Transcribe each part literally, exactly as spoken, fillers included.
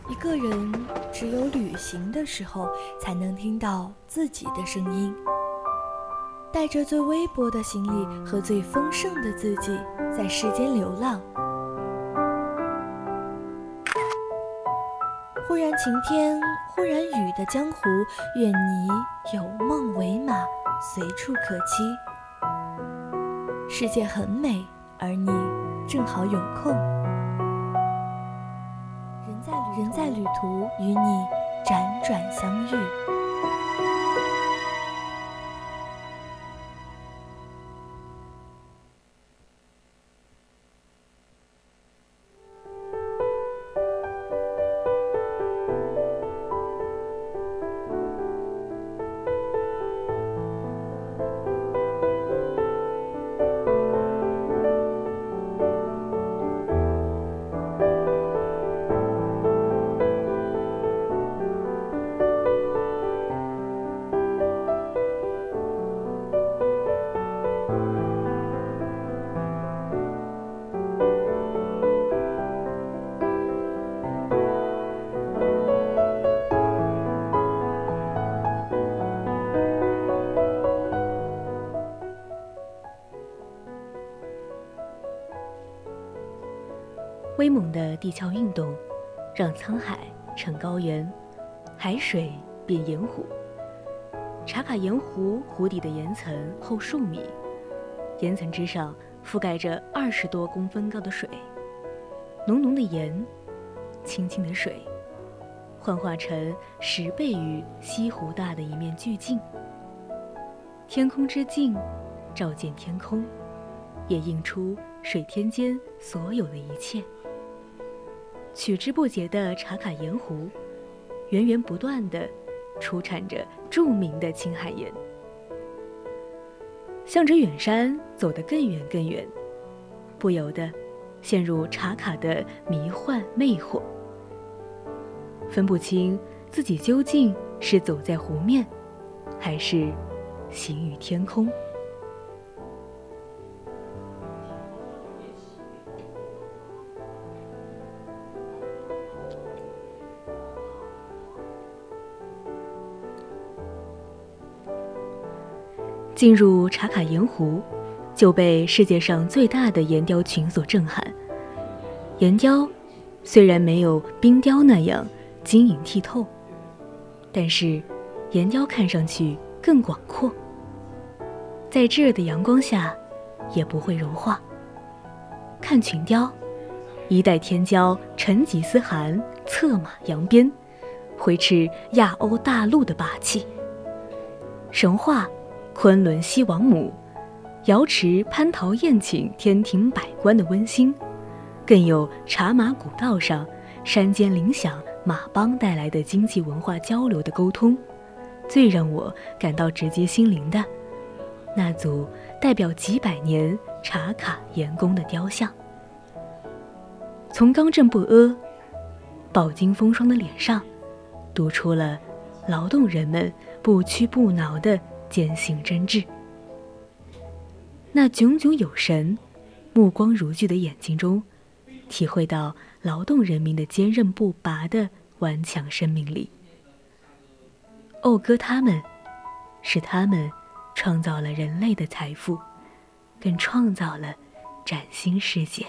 一个人只有旅行的时候，才能听到自己的声音。带着最微薄的行李和最丰盛的自己，在世间流浪。忽然晴天，忽然雨的江湖，愿你有梦为马，随处可栖。世界很美，而你正好有空。人在旅人在旅途，与你辗转相遇。 威猛的地壳运动让沧海成高原，海水变盐湖。茶卡盐湖湖底的岩层厚数米，岩层之上覆盖着二十多公分高的水，浓浓的盐，清清的水，幻化成十倍于西湖大的一面巨镜。天空之镜照见天空，也映出水天间所有的一切。取之不竭的茶卡盐湖，源源不断地出产着著名的青海盐。向着远山走得更远更远，不由得陷入茶卡的迷幻魅惑，分不清自己究竟是走在湖面，还是行于天空。进入茶卡盐湖，就被世界上最大的岩雕群所震撼。岩雕虽然没有冰雕那样晶莹剔透，但是岩雕看上去更广阔，在炙热的阳光下也不会融化。看群雕，一代天骄成吉思汗策马扬鞭，挥斥亚欧大陆的霸气。神话昆仑西王母，瑶池蟠桃宴请天庭百官的温馨，更有茶马古道上山间铃响马帮带来的经济文化交流的沟通。最让我感到直击心灵的，那组代表几百年茶卡盐工的雕像，从刚正不阿、饱经风霜的脸上，读出了劳动人们不屈不挠的艰辛真挚。那炯炯有神、目光如炬的眼睛中，体会到劳动人民的坚韧不拔的顽强生命力。讴歌他们，是他们创造了人类的财富，更创造了崭新世界。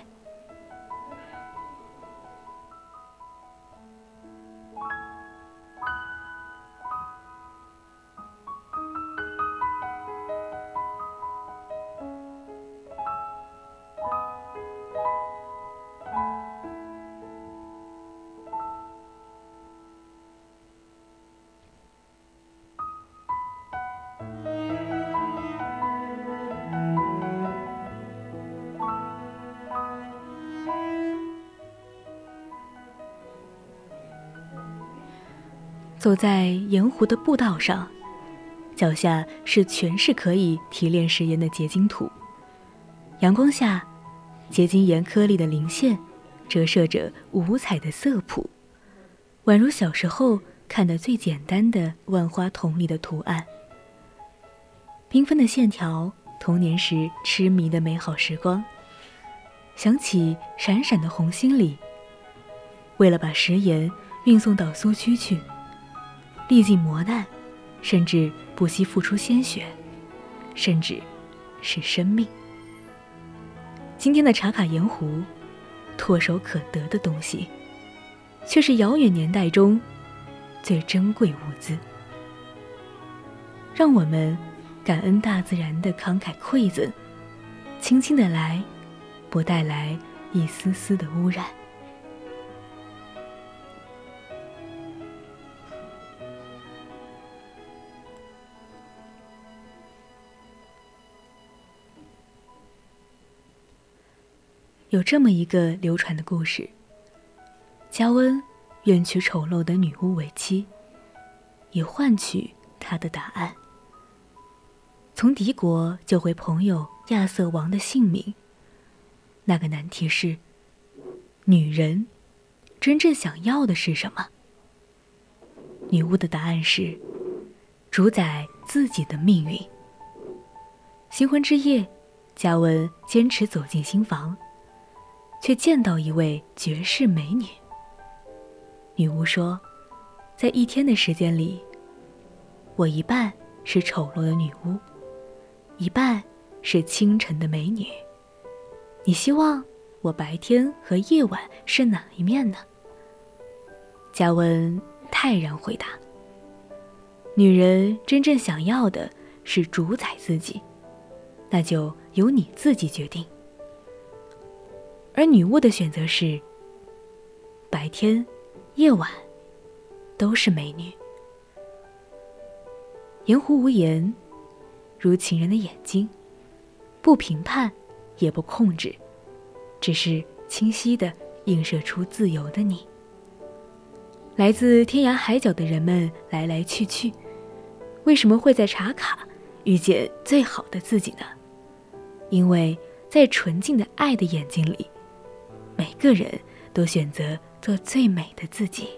走在盐湖的步道上，脚下是全是可以提炼食盐的结晶土。阳光下，结晶盐颗粒的鳞线折射着五彩的色谱，宛如小时候看的最简单的万花筒里的图案。缤纷的线条，童年时痴迷的美好时光。想起闪闪的红心里，为了把食盐运送到苏区去，历尽磨难，甚至不惜付出鲜血，甚至是生命。今天的茶卡盐湖，唾手可得的东西，却是遥远年代中最珍贵物资。让我们感恩大自然的慷慨馈赠，轻轻的来，不带来一丝丝的污染。有这么一个流传的故事，嘉温愿娶丑陋的女巫为妻，以换取她的答案。从敌国救回朋友亚瑟王的性命，那个难题是：女人真正想要的是什么？女巫的答案是主宰自己的命运。新婚之夜，嘉温坚持走进新房，却见到一位绝世美女。女巫说，在一天的时间里，我一半是丑陋的女巫，一半是清晨的美女。你希望我白天和夜晚是哪一面呢？嘉温泰然回答，女人真正想要的是主宰自己，那就由你自己决定。而女巫的选择是，白天、夜晚都是美女。盐湖无言，如情人的眼睛，不评判，也不控制，只是清晰地映射出自由的你。来自天涯海角的人们来来去去，为什么会在茶卡遇见最好的自己呢？因为在纯净的爱的眼睛里，每个人都选择做最美的自己。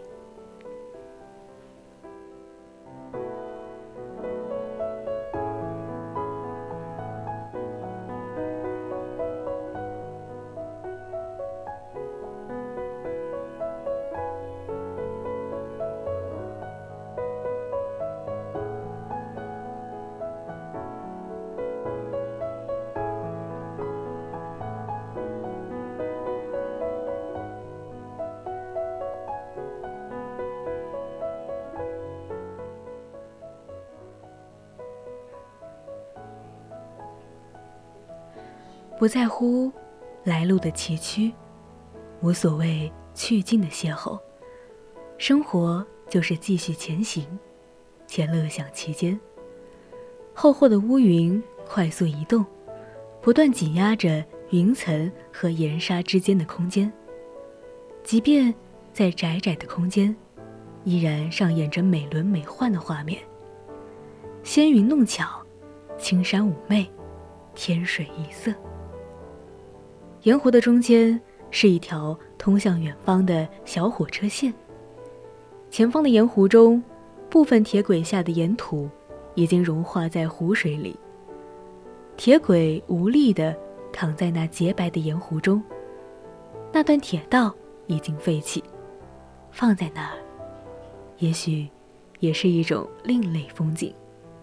不在乎来路的崎岖，无所谓去尽的邂逅，生活就是继续前行，且乐享其间。厚厚的乌云快速移动，不断挤压着云层和岩沙之间的空间，即便在窄窄的空间，依然上演着美轮美奂的画面。仙云弄巧，青山妩媚，天水异色。盐湖的中间是一条通向远方的小火车线，前方的盐湖中，部分铁轨下的盐土已经融化在湖水里，铁轨无力地躺在那洁白的盐湖中，那段铁道已经废弃，放在那儿，也许也是一种另类风景。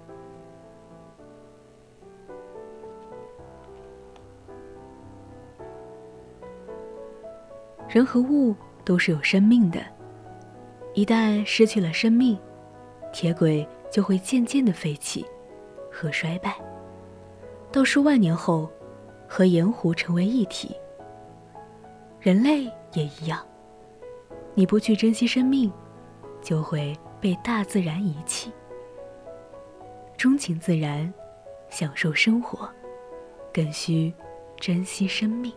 人和物都是有生命的，一旦失去了生命，铁轨就会渐渐地废弃和衰败，到数万年后和盐湖成为一体。人类也一样，你不去珍惜生命，就会被大自然遗弃。钟情自然，享受生活，更需珍惜生命。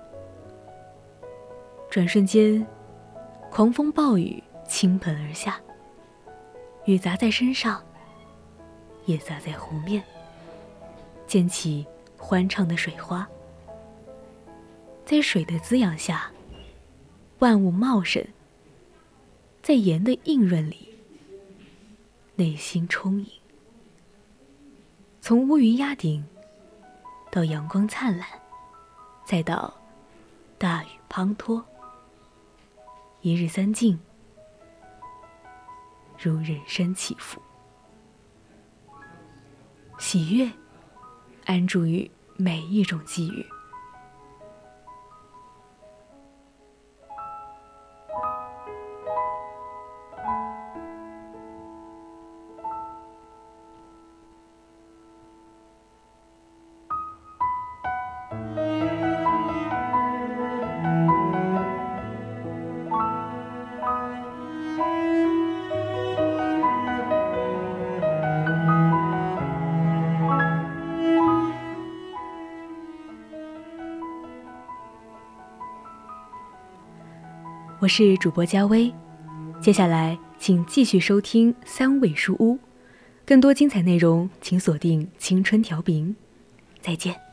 转瞬间，狂风暴雨倾盆而下，雨砸在身上，也砸在湖面，溅起欢畅的水花。在水的滋养下，万物茂盛；在盐的映润里，内心充盈。从乌云压顶，到阳光灿烂，再到大雨滂沱。一日三尽， 如人生起伏。喜悦安住于每一种际遇。我是主播佳薇，接下来请继续收听三味书屋，更多精彩内容请锁定青春调频，再见。